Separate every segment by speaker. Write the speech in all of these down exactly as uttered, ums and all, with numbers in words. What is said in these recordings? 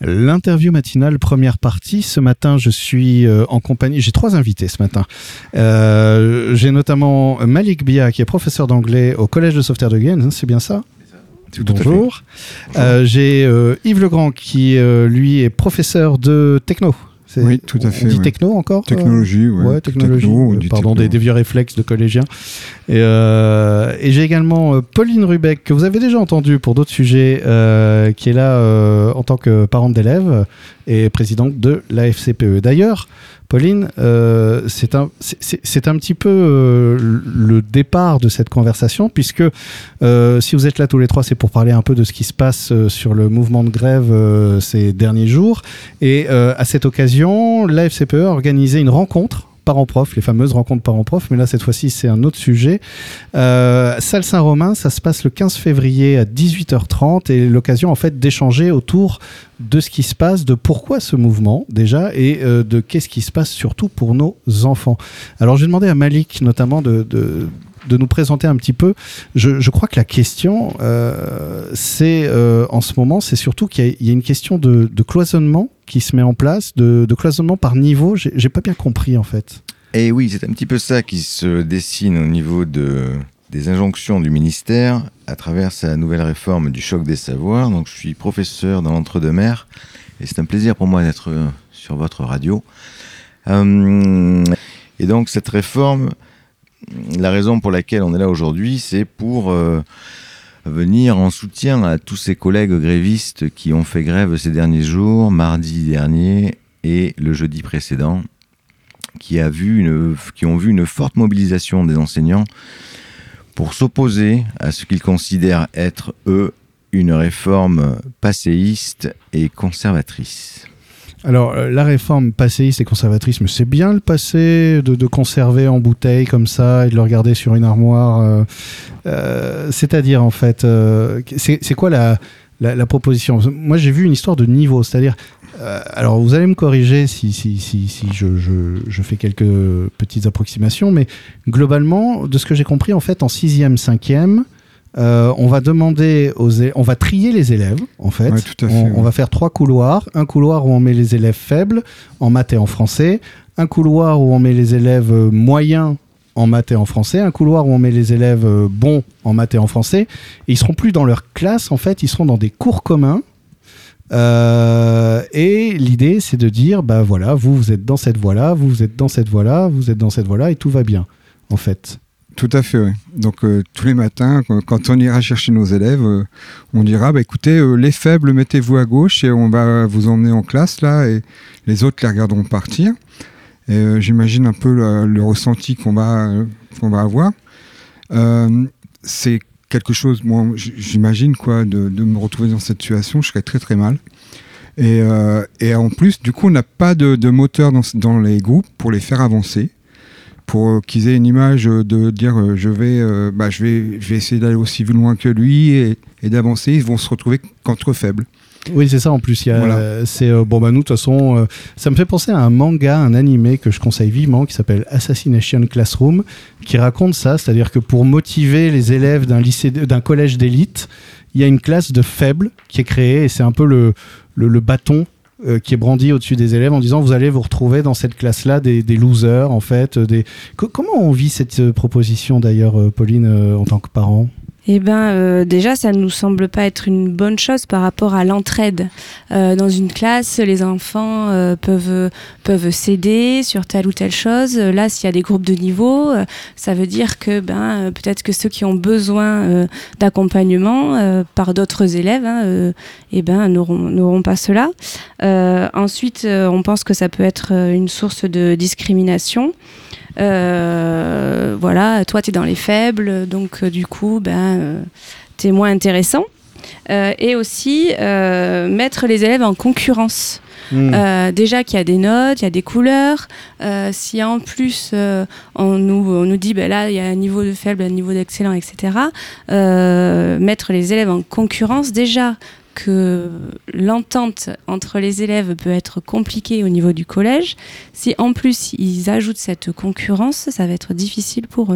Speaker 1: L'interview matinale, première partie. Ce matin, je suis euh, en compagnie... J'ai trois invités ce matin. Euh, j'ai notamment Malik Bia, qui est professeur d'anglais au Collège de Sauveterre de Guyenne. C'est bien ça ?
Speaker 2: Tout
Speaker 1: Bonjour.
Speaker 2: Bonjour.
Speaker 1: Euh, j'ai euh, Yves Legrand, qui euh, lui est professeur de techno. C'est,
Speaker 2: oui, tout à fait.
Speaker 1: On dit
Speaker 2: ouais.
Speaker 1: techno encore ?
Speaker 2: Technologie,
Speaker 1: euh,
Speaker 2: ouais.
Speaker 1: ouais. technologie.
Speaker 2: Techno,
Speaker 1: Euh, pardon, des, des vieux réflexes de collégiens. Et, euh, et j'ai également euh, Pauline Rubec, que vous avez déjà entendu pour d'autres sujets, euh, qui est là euh, en tant que parente d'élèves et présidente de l'A F C P E. D'ailleurs, Pauline, euh, c'est, un, c'est, c'est, c'est un petit peu euh, le départ de cette conversation, puisque euh, si vous êtes là tous les trois, c'est pour parler un peu de ce qui se passe euh, sur le mouvement de grève euh, ces derniers jours. Et euh, à cette occasion, l'A F C P E a organisé une rencontre parents-prof, les fameuses rencontres parents-prof, mais là cette fois-ci c'est un autre sujet. Euh, Salle Saint-Romain, ça se passe le quinze février à dix-huit heures trente et l'occasion en fait d'échanger autour de ce qui se passe, de pourquoi ce mouvement déjà et euh, de qu'est-ce qui se passe surtout pour nos enfants. Alors j'ai demandé à Malik notamment de, de de nous présenter un petit peu. Je, je crois que la question, euh, c'est euh, en ce moment, c'est surtout qu'il y a, il y a une question de, de cloisonnement qui se met en place, de, de cloisonnement par niveau. J'ai, j'ai pas bien compris en fait.
Speaker 3: Et oui, c'est un petit peu ça qui se dessine au niveau de, des injonctions du ministère à travers sa nouvelle réforme du choc des savoirs. Donc je suis professeur dans l'entre-deux-mers et c'est un plaisir pour moi d'être sur votre radio. Euh, et donc cette réforme, la raison pour laquelle on est là aujourd'hui, c'est pour euh, venir en soutien à tous ces collègues grévistes qui ont fait grève ces derniers jours, mardi dernier et le jeudi précédent, qui, a vu une, qui ont vu une forte mobilisation des enseignants pour s'opposer à ce qu'ils considèrent être, eux, une réforme passéiste et conservatrice.
Speaker 1: Alors, euh, la réforme passéiste et conservatrice, mais c'est bien le passé de, de conserver en bouteille comme ça et de le regarder sur une armoire. Euh, euh, c'est-à-dire, en fait, euh, c'est, c'est quoi la, la, la proposition ? Moi, j'ai vu une histoire de niveau, c'est-à-dire... Euh, alors, vous allez me corriger si, si, si, si je, je, je fais quelques petites approximations, mais globalement, de ce que j'ai compris, en fait, en sixième, cinquième... Euh, on va demander aux élèves, on va trier les élèves en fait.
Speaker 2: Ouais, tout à fait,
Speaker 1: on,
Speaker 2: ouais.
Speaker 1: on va faire trois couloirs. Un couloir où on met les élèves faibles en maths et en français. Un couloir où on met les élèves moyens en maths et en français. Un couloir où on met les élèves bons en maths et en français. Et ils seront plus dans leur classe en fait. Ils seront dans des cours communs. Euh, et l'idée c'est de dire bah voilà, vous vous êtes dans cette voie-là, vous vous êtes dans cette voie-là, vous êtes dans cette voie-là et tout va bien en fait.
Speaker 2: Tout à fait, oui. Donc euh, tous les matins, quand on ira chercher nos élèves, euh, on dira bah, écoutez, euh, les faibles, mettez-vous à gauche et on va vous emmener en classe là et les autres les regarderont partir. Et euh, j'imagine un peu le, le ressenti qu'on va, euh, qu'on va avoir. Euh, c'est quelque chose, moi j'imagine quoi, de, de me retrouver dans cette situation, je serais très très mal. Et, euh, et en plus, du coup, on n'a pas de, de moteur dans, dans les groupes pour les faire avancer. Pour qu'ils aient une image de dire euh, je, vais, euh, bah, je, vais, je vais essayer d'aller aussi loin que lui et, et d'avancer, ils vont se retrouver qu'entre faibles.
Speaker 1: Oui, c'est ça en plus. Il y a,
Speaker 2: voilà.
Speaker 1: euh, c'est, euh, bon, bah, nous, de toute façon, euh, ça me fait penser à un manga, un animé que je conseille vivement qui s'appelle Assassination Classroom, qui raconte ça, c'est-à-dire que pour motiver les élèves d'un, lycée, d'un collège d'élite, il y a une classe de faibles qui est créée et c'est un peu le, le, le bâton Euh, qui est brandi au-dessus des élèves en disant vous allez vous retrouver dans cette classe-là des, des losers en fait. Des... C- comment on vit cette euh, proposition d'ailleurs, euh, Pauline, euh, en tant que parent ?
Speaker 4: Eh ben, euh, déjà, ça ne nous semble pas être une bonne chose par rapport à l'entraide. Euh, dans une classe, les enfants euh, peuvent, peuvent s'aider sur telle ou telle chose. Là, s'il y a des groupes de niveau, euh, ça veut dire que ben, euh, peut-être que ceux qui ont besoin euh, d'accompagnement euh, par d'autres élèves hein, euh, eh ben, n'auront, n'auront pas cela. Euh, ensuite, euh, on pense que ça peut être une source de discrimination. Euh, voilà, toi t'es dans les faibles, donc euh, du coup ben, euh, t'es moins intéressant. Euh, et aussi euh, mettre les élèves en concurrence. Mmh. Euh, déjà qu'il y a des notes, il y a des couleurs. Euh, si en plus euh, on, nous, on nous dit ben là il y a un niveau de faible, un niveau d'excellent, et cetera. Euh, mettre les élèves en concurrence déjà. Que l'entente entre les élèves peut être compliquée au niveau du collège. Si en plus ils ajoutent cette concurrence, ça va être difficile pour eux.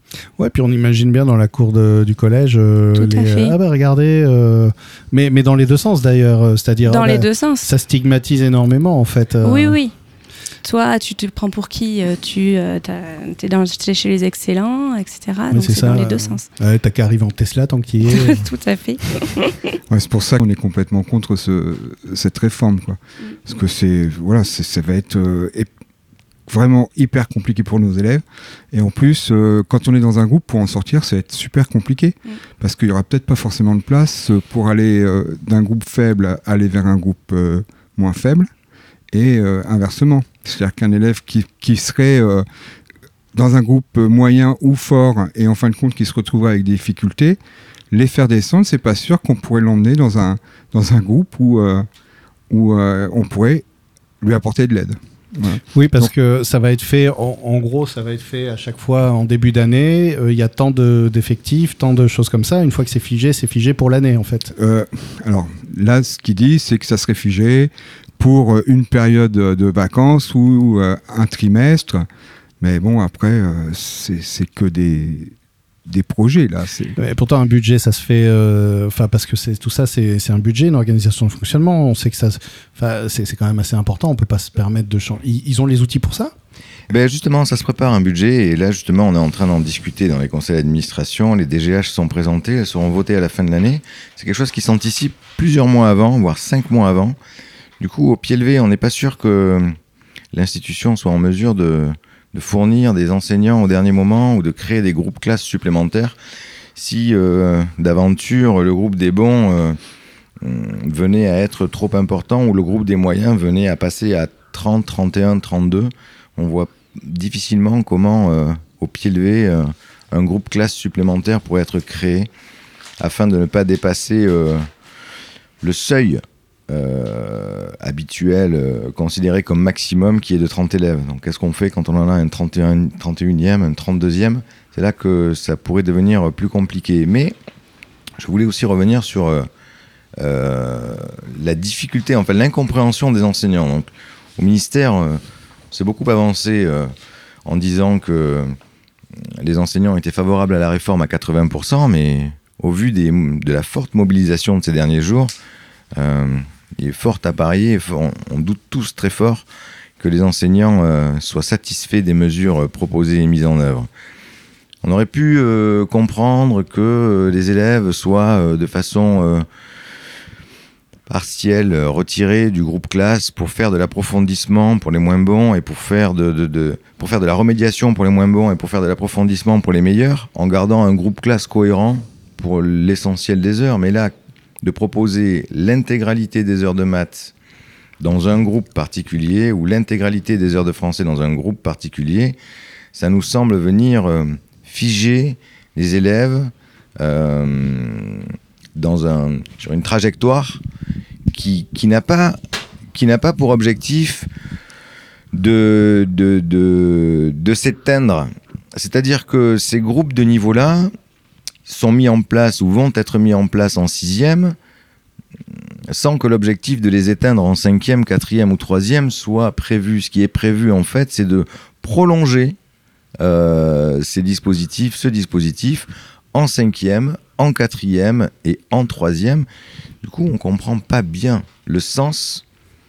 Speaker 1: Ouais, puis on imagine bien dans la cour de, du collège, euh,
Speaker 4: Tout à
Speaker 1: les,
Speaker 4: fait.
Speaker 1: ah bah regardez, euh, mais, mais dans les deux sens d'ailleurs, euh, c'est-à-dire
Speaker 4: Dans
Speaker 1: ah
Speaker 4: les
Speaker 1: bah,
Speaker 4: deux sens.
Speaker 1: ça stigmatise énormément en fait. euh.
Speaker 4: Oui, oui. Toi, tu te prends pour qui euh, Tu euh, t'es, dans, t'es chez les excellents, et cetera.
Speaker 1: Ouais,
Speaker 4: Donc
Speaker 1: c'est
Speaker 4: c'est
Speaker 1: ça,
Speaker 4: dans les
Speaker 1: euh,
Speaker 4: deux sens.
Speaker 1: Ouais, t'as qu'à arriver en Tesla tant qu'il y est.
Speaker 4: Tout à fait.
Speaker 2: Ouais, c'est pour ça qu'on est complètement contre ce, cette réforme, quoi. Parce que c'est, voilà, c'est, ça va être euh, ép- vraiment hyper compliqué pour nos élèves. Et en plus, euh, quand on est dans un groupe, pour en sortir, ça va être super compliqué.
Speaker 4: Mm.
Speaker 2: Parce qu'il y aura peut-être pas forcément de place pour aller euh, d'un groupe faible à aller vers un groupe euh, moins faible. Et euh, inversement. C'est-à-dire qu'un élève qui, qui serait euh, dans un groupe moyen ou fort et en fin de compte qui se retrouverait avec des difficultés, les faire descendre, c'est pas sûr qu'on pourrait l'emmener dans un, dans un groupe où, euh, où euh, on pourrait lui apporter de l'aide. Voilà.
Speaker 1: Oui, parce
Speaker 2: Donc,
Speaker 1: que ça va être fait, en, en gros, ça va être fait à chaque fois en début d'année. Il euh, y a tant de, d'effectifs, tant de choses comme ça. Une fois que c'est figé, c'est figé pour l'année, en fait.
Speaker 2: Euh, alors là, ce qu'il dit, c'est que ça serait figé pour une période de vacances ou euh, un trimestre. Mais bon, après, euh, c'est, c'est que des, des projets, là. C'est...
Speaker 1: Et pourtant, un budget, ça se fait... Enfin, euh, parce que c'est, tout ça, c'est, c'est un budget, une organisation de fonctionnement. On sait que ça... Enfin, c'est, c'est quand même assez important. On ne peut pas se permettre de changer. Ils, ils ont les outils pour ça ?
Speaker 3: Eh ben justement, ça se prépare un budget et là justement on est en train d'en discuter dans les conseils d'administration. Les D G H sont présentées, elles seront votées à la fin de l'année. C'est quelque chose qui s'anticipe plusieurs mois avant, voire cinq mois avant. Du coup, au pied levé, on n'est pas sûr que l'institution soit en mesure de, de fournir des enseignants au dernier moment ou de créer des groupes classes supplémentaires si euh, d'aventure le groupe des bons euh, venait à être trop important ou le groupe des moyens venait à passer à trente, trente et un, trente-deux. On voit difficilement comment, euh, au pied levé, euh, un groupe classe supplémentaire pourrait être créé afin de ne pas dépasser euh, le seuil euh, habituel euh, considéré comme maximum qui est de trente élèves. Donc qu'est-ce qu'on fait quand on en a un trente et un, trente et unième, un trente-deuxième ? C'est là que ça pourrait devenir plus compliqué. Mais je voulais aussi revenir sur euh, euh, la difficulté, enfin l'incompréhension des enseignants. Donc, au ministère... Euh, C'est beaucoup avancé euh, en disant que les enseignants étaient favorables à la réforme à quatre-vingts pour cent, mais au vu des, de la forte mobilisation de ces derniers jours, euh, il est fort à parier, on, on doute tous très fort que les enseignants euh, soient satisfaits des mesures proposées et mises en œuvre. On aurait pu euh, comprendre que euh, les élèves soient euh, de façon... Euh, partiel euh, retiré du groupe classe pour faire de l'approfondissement pour les moins bons et pour faire de, de, de, pour faire de la remédiation pour les moins bons et pour faire de l'approfondissement pour les meilleurs, en gardant un groupe classe cohérent pour l'essentiel des heures. Mais là, de proposer l'intégralité des heures de maths dans un groupe particulier ou l'intégralité des heures de français dans un groupe particulier, ça nous semble venir euh, figer les élèves euh, dans un, sur une trajectoire qui, qui n'a pas, qui n'a pas pour objectif de, de, de, de s'éteindre. C'est-à-dire que ces groupes de niveau-là sont mis en place ou vont être mis en place en sixième sans que l'objectif de les éteindre en cinquième, quatrième ou troisième soit prévu. Ce qui est prévu, en fait, c'est de prolonger euh, ces dispositifs, ce dispositif en cinquième, en quatrième et en troisième. Du coup, on ne comprend pas bien le sens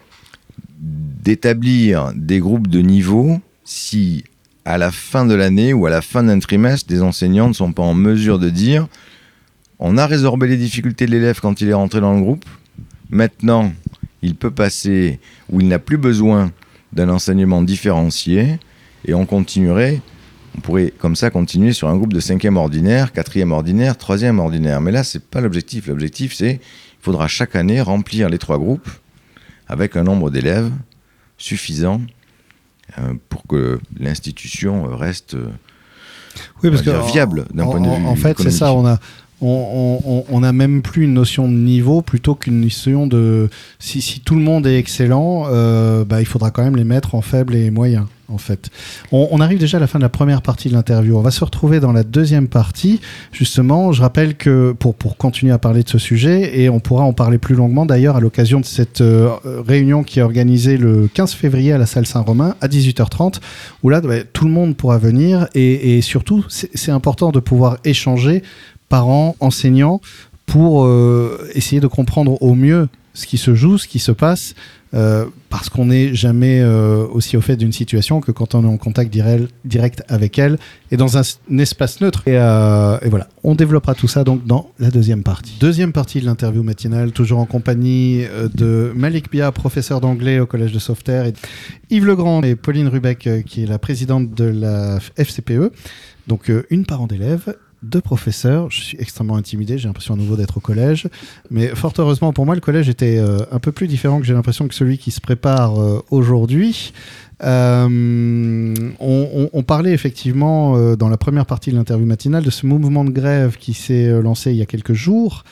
Speaker 3: d'établir des groupes de niveau si, à la fin de l'année ou à la fin d'un trimestre, des enseignants ne sont pas en mesure de dire on a résorbé les difficultés de l'élève quand il est rentré dans le groupe, maintenant, il peut passer ou il n'a plus besoin d'un enseignement différencié et on continuerait... On pourrait comme ça continuer sur un groupe de cinquième ordinaire, quatrième ordinaire, troisième ordinaire. Mais là, ce n'est pas l'objectif. L'objectif, c'est qu'il faudra chaque année remplir les trois groupes avec un nombre d'élèves suffisant euh, pour que l'institution reste euh,
Speaker 1: oui, parce que
Speaker 3: dire, viable d'un
Speaker 1: en,
Speaker 3: point de vue
Speaker 1: en fait,
Speaker 3: économique.
Speaker 1: c'est ça. On a, on n'a même plus une notion de niveau plutôt qu'une notion de si, si tout le monde est excellent, euh, bah, il faudra quand même les mettre en faible et moyen. En fait, on, on arrive déjà à la fin de la première partie de l'interview. On va se retrouver dans la deuxième partie. Justement, je rappelle que pour, pour continuer à parler de ce sujet, et on pourra en parler plus longuement d'ailleurs à l'occasion de cette euh, réunion qui est organisée le quinze février à la salle Saint-Romain à dix-huit heures trente, où là, bah, tout le monde pourra venir et, et surtout, c'est, c'est important de pouvoir échanger parents, enseignants, pour euh, essayer de comprendre au mieux ce qui se joue, ce qui se passe, euh, parce qu'on n'est jamais euh, aussi au fait d'une situation que quand on est en contact direct, direct avec elle et dans un, un espace neutre. Et, euh, et voilà, on développera tout ça donc dans la deuxième partie. Deuxième partie de l'interview matinale, toujours en compagnie de Malik Bia, professeur d'anglais au Collège de Sauveterre, et Yves Legrand et Pauline Rubec, qui est la présidente de la F C P E. Donc euh, une parent d'élève, deux professeurs. Je suis extrêmement intimidé, j'ai l'impression à nouveau d'être au collège, mais fort heureusement pour moi le collège était euh, un peu plus différent que j'ai l'impression que celui qui se prépare euh, aujourd'hui. Euh, on, on, on parlait effectivement euh, dans la première partie de l'interview matinale de ce mouvement de grève qui s'est euh, lancé il y a quelques jours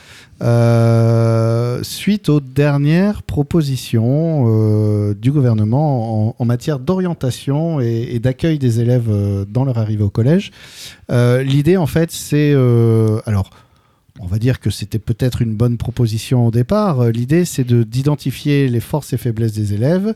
Speaker 1: euh, suite aux dernières propositions euh, du gouvernement en, en matière d'orientation et, et d'accueil des élèves euh, dans leur arrivée au collège. Euh, l'idée en fait c'est euh, alors on va dire que c'était peut-être une bonne proposition au départ. L'idée, c'est de, d'identifier les forces et faiblesses des élèves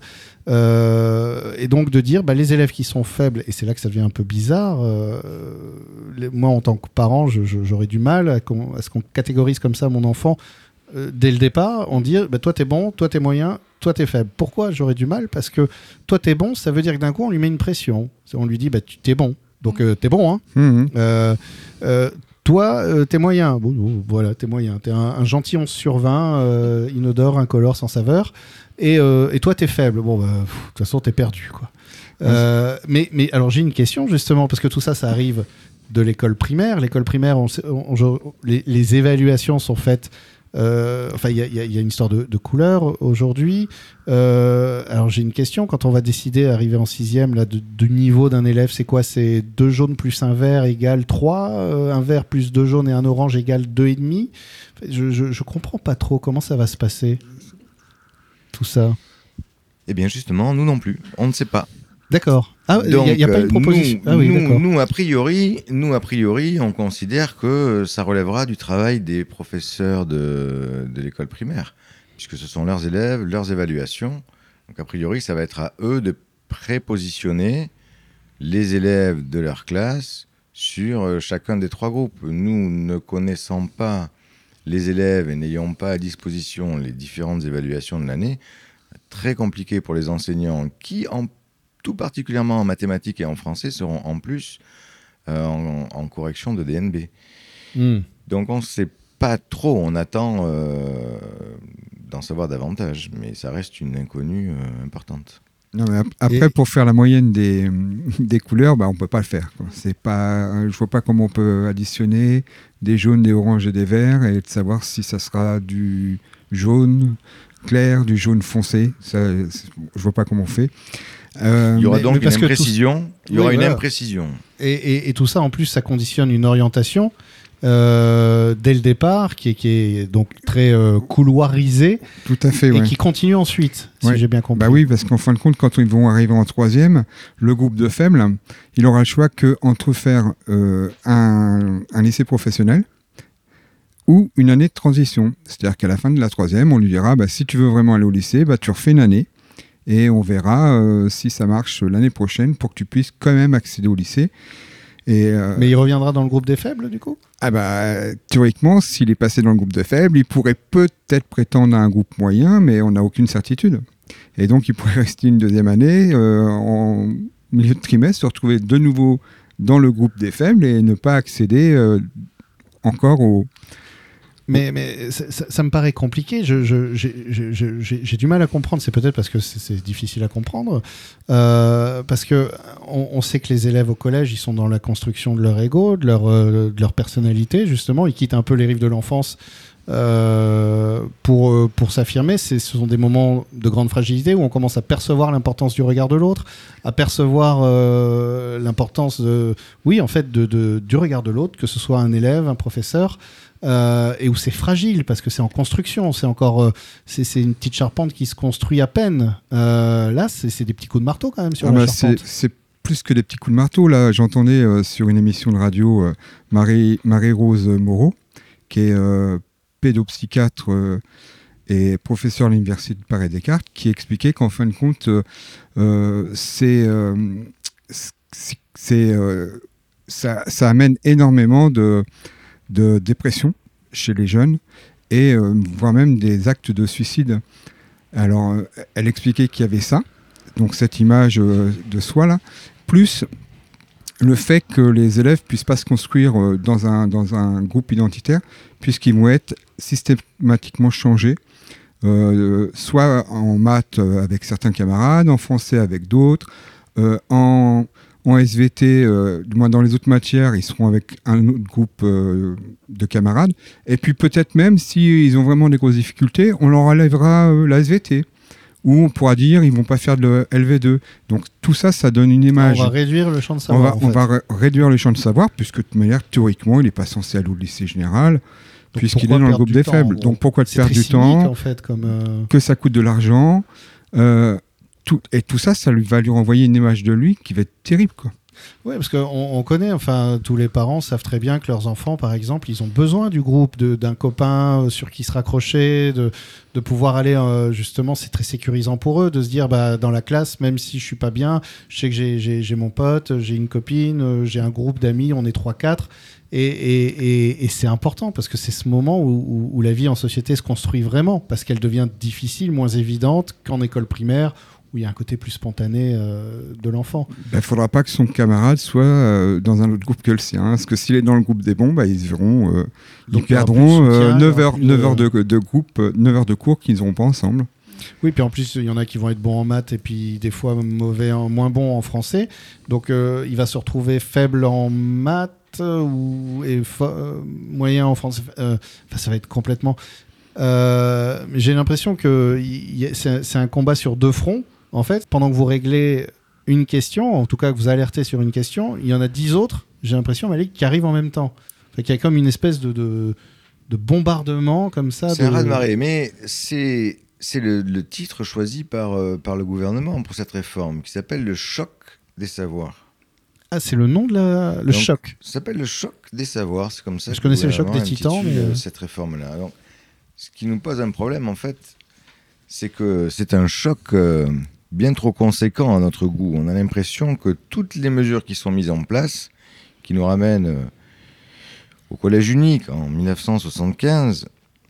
Speaker 1: euh, et donc de dire bah, les élèves qui sont faibles, et c'est là que ça devient un peu bizarre. Euh, les, moi, en tant que parent, je, je, j'aurais du mal à, qu'on, à ce qu'on catégorise comme ça mon enfant euh, dès le départ, en dire bah, toi, t'es bon, toi, t'es moyen, toi, t'es faible. Pourquoi j'aurais du mal ? Parce que toi, t'es bon, ça veut dire que d'un coup, on lui met une pression. On lui dit bah, tu t'es bon, donc euh, t'es bon. Hein mmh. euh, euh, Toi, euh, t'es moyen. Bon, bon, voilà, t'es moyen. T'es un, un gentil onze sur vingt, euh, inodore, incolore, sans saveur. Et, euh, et toi, t'es faible. Bon, bah, de toute façon, t'es perdu, quoi. Euh, mais, mais alors, j'ai une question, justement, parce que tout ça, ça arrive de l'école primaire. L'école primaire, on, on, on, les, les évaluations sont faites. Euh, enfin, il y, y, y a une histoire de, de couleur aujourd'hui. Euh, alors, j'ai une question. Quand on va décider d'arriver en sixième, là, de, du niveau d'un élève, c'est quoi ? C'est deux jaunes plus un vert égale trois, euh, un vert plus deux jaunes et un orange égale deux et demi. Je, je, je comprends pas trop comment ça va se passer, tout ça.
Speaker 3: Eh bien, justement, nous non plus. On ne sait pas.
Speaker 1: D'accord. Ah, il n'y a, a pas une proposition.
Speaker 3: Nous,
Speaker 1: ah, oui,
Speaker 3: nous, nous, a priori, nous, a priori, on considère que ça relèvera du travail des professeurs de, de l'école primaire, puisque ce sont leurs élèves, leurs évaluations. Donc, a priori, ça va être à eux de prépositionner les élèves de leur classe sur chacun des trois groupes. Nous, ne connaissant pas les élèves et n'ayant pas à disposition les différentes évaluations de l'année, très compliqué pour les enseignants qui, en tout particulièrement en mathématiques et en français, seront en plus euh, en, en correction de D N B. Mm. Donc on ne sait pas trop, on attend euh, d'en savoir davantage, mais ça reste une inconnue euh, importante.
Speaker 2: Non, mais après, et... pour faire la moyenne des, des couleurs, bah, on ne peut pas le faire. Quoi. C'est pas, je ne vois pas comment on peut additionner des jaunes, des oranges et des verts et de savoir si ça sera du jaune clair, du jaune foncé. Ça, je ne vois pas comment on fait.
Speaker 3: Euh, il y aura donc une imprécision. Tout... Il y aura oui, une voilà. imprécision.
Speaker 1: Et, et, et tout ça, en plus, ça conditionne une orientation euh, dès le départ, qui est, qui est donc très euh, couloirisée.
Speaker 2: Tout à fait,
Speaker 1: et
Speaker 2: ouais.
Speaker 1: qui continue ensuite, si
Speaker 2: ouais.
Speaker 1: j'ai bien compris.
Speaker 2: Bah oui, parce qu'en fin de compte, quand ils vont arriver en troisième, le groupe de faibles, il aura le choix qu'entre faire euh, un, un lycée professionnel ou une année de transition. C'est-à-dire qu'à la fin de la troisième, on lui dira bah, si tu veux vraiment aller au lycée, bah, tu refais une année. Et on verra euh, si ça marche l'année prochaine pour que tu puisses quand même accéder au lycée. Et, euh...
Speaker 1: Mais il reviendra dans le groupe des faibles, du coup ?
Speaker 2: Ah bah, théoriquement, s'il est passé dans le groupe de faibles, il pourrait peut-être prétendre à un groupe moyen, mais on n'a aucune certitude. Et donc, il pourrait rester une deuxième année, euh, en milieu de trimestre, se retrouver de nouveau dans le groupe des faibles et ne pas accéder euh, encore au...
Speaker 1: Mais, mais ça, ça, ça me paraît compliqué. Je, je, j'ai, j'ai, j'ai, j'ai du mal à comprendre. C'est peut-être parce que c'est, c'est difficile à comprendre. Euh, parce que on, on sait que les élèves au collège, ils sont dans la construction de leur ego, de leur, euh, de leur personnalité, justement. Ils quittent un peu les rives de l'enfance euh, pour, pour s'affirmer. C'est, ce sont des moments de grande fragilité où on commence à percevoir l'importance du regard de l'autre, à percevoir euh, l'importance de, oui, en fait, de, de, du regard de l'autre, que ce soit un élève, un professeur. euh, et où c'est fragile parce que c'est en construction, c'est encore euh, c'est, c'est une petite charpente qui se construit à peine. Euh, là, c'est, c'est des petits coups de marteau quand même sur
Speaker 2: ah
Speaker 1: la
Speaker 2: bah
Speaker 1: charpente.
Speaker 2: C'est, c'est plus que des petits coups de marteau. Là, j'entendais euh, sur une émission de radio euh, Marie, Marie-Rose Moreau, qui est euh, pédopsychiatre euh, et professeur à l'université de Paris-Descartes, qui expliquait qu'en fin de compte, euh, euh, c'est, euh, c'est, c'est, euh, ça, ça amène énormément de, de dépression chez les jeunes et euh, voire même des actes de suicide. Alors, euh, elle expliquait qu'il y avait ça, donc cette image euh, de soi là, plus le fait que les élèves puissent pas se construire euh, dans un dans un groupe identitaire, puisqu'ils vont être systématiquement changés. Euh, soit en maths euh, avec certains camarades, en français avec d'autres, euh, en, en S V T, euh, du moins dans les autres matières, ils seront avec un autre groupe euh, de camarades. Et puis peut-être même, s'ils ont vraiment des grosses difficultés, on leur enlèvera euh, la S V T. Ou on pourra dire ils vont pas faire de L V deux. Donc tout ça, ça donne une image.
Speaker 1: On va réduire le champ de
Speaker 2: On
Speaker 1: savoir.
Speaker 2: va,
Speaker 1: en
Speaker 2: on
Speaker 1: fait.
Speaker 2: va ré- réduire le champ de savoir, puisque de toute manière, théoriquement, il n'est pas censé aller au lycée général.
Speaker 1: Donc
Speaker 2: Puisqu'il
Speaker 1: pourquoi
Speaker 2: est dans le
Speaker 1: perdre
Speaker 2: groupe
Speaker 1: du
Speaker 2: des
Speaker 1: temps,
Speaker 2: faibles.
Speaker 1: en gros
Speaker 2: Donc pourquoi te
Speaker 1: C'est
Speaker 2: perdre
Speaker 1: très
Speaker 2: du
Speaker 1: cynique,
Speaker 2: temps,
Speaker 1: en fait, comme. euh,
Speaker 2: que ça coûte de l'argent, euh, tout, et tout ça, ça lui va lui renvoyer une image de lui qui va être terrible, quoi.
Speaker 1: Oui, parce qu'on on connaît, enfin, tous les parents savent très bien que leurs enfants, par exemple, ils ont besoin du groupe, de, d'un copain sur qui se raccrocher, de, de pouvoir aller, euh, justement, c'est très sécurisant pour eux, de se dire, bah, dans la classe, même si je suis pas bien, je sais que j'ai, j'ai, j'ai mon pote, j'ai une copine, euh, j'ai un groupe d'amis, on est trois quatre. Et, et, et, et c'est important parce que c'est ce moment où, où, où la vie en société se construit vraiment, parce qu'elle devient difficile, moins évidente qu'en école primaire, où il y a un côté plus spontané euh, de l'enfant.
Speaker 2: Il ne faudra pas que son camarade soit euh, dans un autre groupe que le sien. Hein, parce que s'il est dans le groupe des bons, bah, ils verront, euh,
Speaker 1: Donc,
Speaker 2: ils
Speaker 1: il y aura
Speaker 2: perdront
Speaker 1: plus de soutien,
Speaker 2: euh, neuf heures,
Speaker 1: il y aura plus
Speaker 2: neuf heures
Speaker 1: de-
Speaker 2: de, de groupe, euh, neuf heures de cours qu'ils n'auront pas ensemble.
Speaker 1: Oui, puis en plus, il y en a qui vont être bons en maths et puis des fois mauvais, en, moins bons en français. Donc, euh, il va se retrouver faible en maths ou et fo- euh, moyen en français. Euh, Enfin, ça va être complètement. Euh, mais j'ai l'impression que il y a- c'est, c'est un combat sur deux fronts. En fait, pendant que vous réglez une question, en tout cas que vous alertez sur une question, il y en a dix autres. J'ai l'impression, Malik, qui arrivent en même temps. Fait qu'il y a comme une espèce de, de, de bombardement comme ça.
Speaker 3: C'est
Speaker 1: de...
Speaker 3: un raz-de-marée, mais c'est, c'est le, le titre choisi par, euh, par le gouvernement pour cette réforme, qui s'appelle le choc des savoirs.
Speaker 1: Ah, c'est le nom de la... le
Speaker 3: Donc,
Speaker 1: choc.
Speaker 3: Ça s'appelle le choc des savoirs, c'est comme ça.
Speaker 1: Je
Speaker 3: que
Speaker 1: connaissais le choc
Speaker 3: gouvernement
Speaker 1: des Titans,
Speaker 3: intitule,
Speaker 1: mais, euh,
Speaker 3: euh, cette réforme-là. Donc, ce qui nous pose un problème, en fait, c'est que c'est un choc euh, bien trop conséquent à notre goût. On a l'impression que toutes les mesures qui sont mises en place, qui nous ramènent euh, au collège unique en dix-neuf cent soixante-quinze,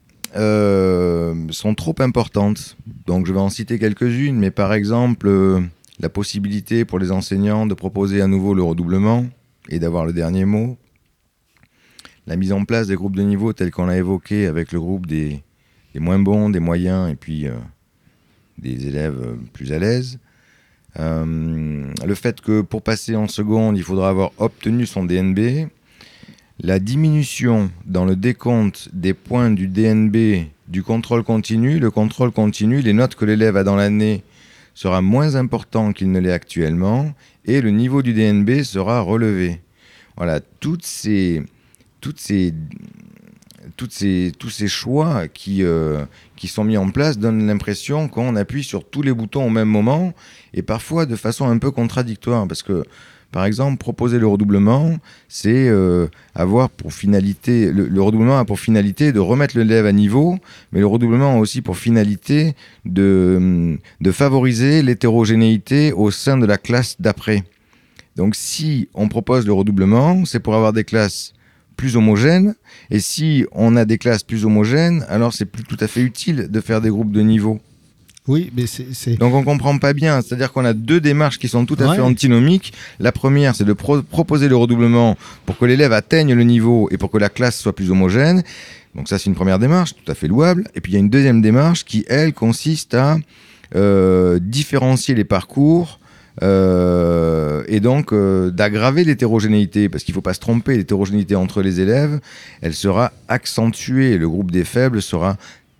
Speaker 3: euh, sont trop importantes. Donc je vais en citer quelques-unes, mais par exemple, euh, la possibilité pour les enseignants de proposer à nouveau le redoublement et d'avoir le dernier mot, la mise en place des groupes de niveau tels qu'on l'a évoqué avec le groupe des, des moins bons, des moyens et puis euh, des élèves euh, plus à l'aise. Euh, le fait que pour passer en seconde, il faudra avoir obtenu son D N B. La diminution dans le décompte des points du D N B du contrôle continu. Le contrôle continu, les notes que l'élève a dans l'année sera moins important qu'il ne l'est actuellement et le niveau du D N B sera relevé. Voilà, toutes ces, toutes ces, toutes ces, tous ces choix qui, euh, qui sont mis en place donnent l'impression qu'on appuie sur tous les boutons au même moment et parfois de façon un peu contradictoire parce que par exemple, proposer le redoublement, c'est euh, avoir pour finalité, le, le redoublement a pour finalité de remettre l'élève à niveau, mais le redoublement a aussi pour finalité de, de favoriser l'hétérogénéité au sein de la classe d'après. Donc si on propose le redoublement, c'est pour avoir des classes plus homogènes, et si on a des classes plus homogènes, alors c'est plus tout à fait utile de faire des groupes de niveau.
Speaker 1: Oui, mais c'est... c'est...
Speaker 3: Donc on ne comprend pas bien, c'est-à-dire qu'on a deux démarches qui sont tout à
Speaker 1: Ouais.
Speaker 3: fait antinomiques. La première, c'est de pro- proposer le redoublement pour que l'élève atteigne le niveau et pour que la classe soit plus homogène. Donc ça, c'est une première démarche, tout à fait louable. Et puis il y a une deuxième démarche qui, elle, consiste à euh, différencier les parcours euh, et donc euh, d'aggraver l'hétérogénéité, parce qu'il ne faut pas se tromper, l'hétérogénéité entre les élèves, elle sera accentuée. Le groupe des faibles sera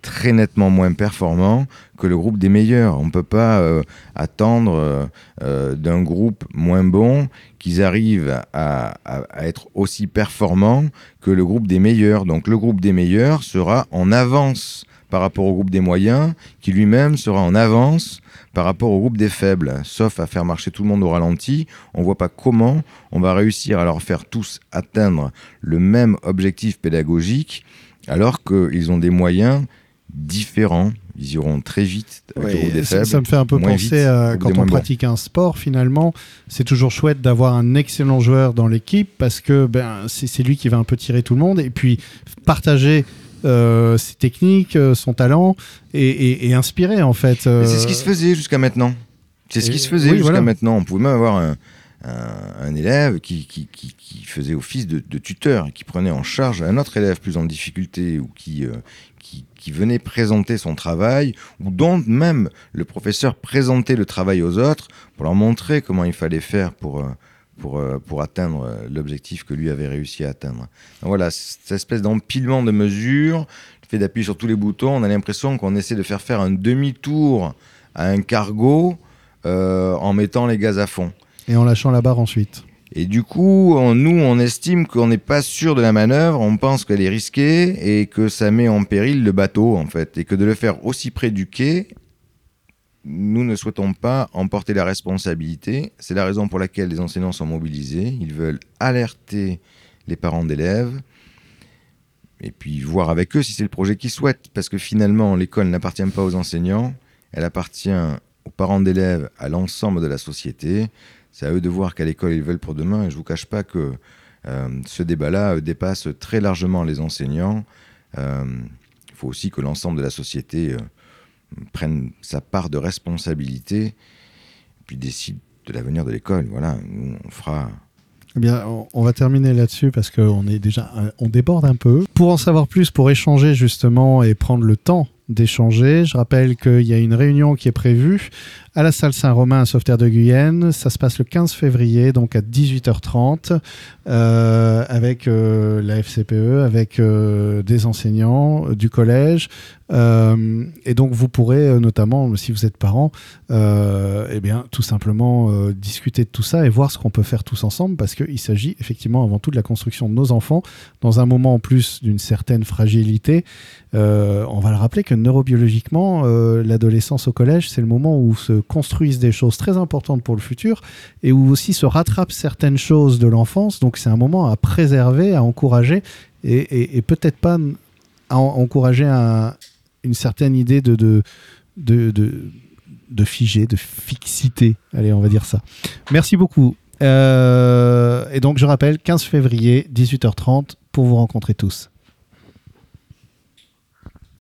Speaker 3: très nettement moins performants que le groupe des meilleurs. On ne peut pas euh, attendre euh, d'un groupe moins bon qu'ils arrivent à, à, à être aussi performants que le groupe des meilleurs. Donc le groupe des meilleurs sera en avance par rapport au groupe des moyens, qui lui-même sera en avance par rapport au groupe des faibles. Sauf à faire marcher tout le monde au ralenti, on ne voit pas comment on va réussir à leur faire tous atteindre le même objectif pédagogique, alors qu'ils ont des moyens différents. Ils iront très vite avec
Speaker 1: Ouais,
Speaker 3: le groupe des
Speaker 1: ça,
Speaker 3: faibles.
Speaker 1: ça me fait un peu penser à quand on pratique un sport, finalement, c'est toujours chouette d'avoir un excellent joueur dans l'équipe parce que ben, c'est, c'est lui qui va un peu tirer tout le monde et puis partager euh, ses techniques, euh, son talent et, et, et inspirer en fait. Euh...
Speaker 3: Mais c'est ce qui se faisait jusqu'à maintenant. C'est ce
Speaker 1: et,
Speaker 3: qui se faisait
Speaker 1: oui,
Speaker 3: jusqu'à
Speaker 1: voilà.
Speaker 3: maintenant. On pouvait même avoir un, un, un élève qui, qui, qui, qui faisait office de, de tuteur, qui prenait en charge un autre élève plus en difficulté ou qui... Euh, Qui, qui venait présenter son travail, ou dont même le professeur présentait le travail aux autres pour leur montrer comment il fallait faire pour, pour, pour atteindre l'objectif que lui avait réussi à atteindre. Donc voilà, cette espèce d'empilement de mesures, le fait d'appuyer sur tous les boutons, on a l'impression qu'on essaie de faire faire un demi-tour à un cargo euh, en mettant les gaz à fond.
Speaker 1: Et en lâchant la barre ensuite.
Speaker 3: Et du coup, on, nous, on estime qu'on n'est pas sûr de la manœuvre, on pense qu'elle est risquée et que ça met en péril le bateau, en fait. Et que de le faire aussi près du quai, nous ne souhaitons pas en porter la responsabilité. C'est la raison pour laquelle les enseignants sont mobilisés. Ils veulent alerter les parents d'élèves et puis voir avec eux si c'est le projet qu'ils souhaitent. Parce que finalement, l'école n'appartient pas aux enseignants, elle appartient aux parents d'élèves, à l'ensemble de la société. C'est à eux de voir quelle école ils veulent pour demain. Et je ne vous cache pas que euh, ce débat-là euh, dépasse très largement les enseignants. Euh, il faut aussi que l'ensemble de la société euh, prenne sa part de responsabilité et puis décide de l'avenir de l'école. Voilà, nous, on fera...
Speaker 1: Eh bien, on, on va terminer là-dessus parce qu'on est déjà, on déborde un peu. Pour en savoir plus, pour échanger justement et prendre le temps d'échanger, je rappelle qu'il y a une réunion qui est prévue à la salle Saint-Romain à Sauveterre de Guyenne. Ça se passe le quinze février, donc à dix-huit heures trente, euh, avec euh, la F C P E, avec euh, des enseignants euh, du collège. Euh, et donc, vous pourrez, euh, notamment, si vous êtes parents, euh, eh bien, tout simplement euh, discuter de tout ça et voir ce qu'on peut faire tous ensemble, parce qu'il s'agit effectivement avant tout de la construction de nos enfants, dans un moment en plus d'une certaine fragilité. Euh, on va le rappeler que neurobiologiquement, euh, l'adolescence au collège, c'est le moment où se construisent des choses très importantes pour le futur et où aussi se rattrapent certaines choses de l'enfance. Donc c'est un moment à préserver, à encourager et, et, et peut-être pas à en, encourager un, une certaine idée de, de, de, de, de figé, de fixité. Allez, on va dire ça. Merci beaucoup. Euh, et donc je rappelle, quinze février, dix-huit heures trente, pour vous rencontrer tous.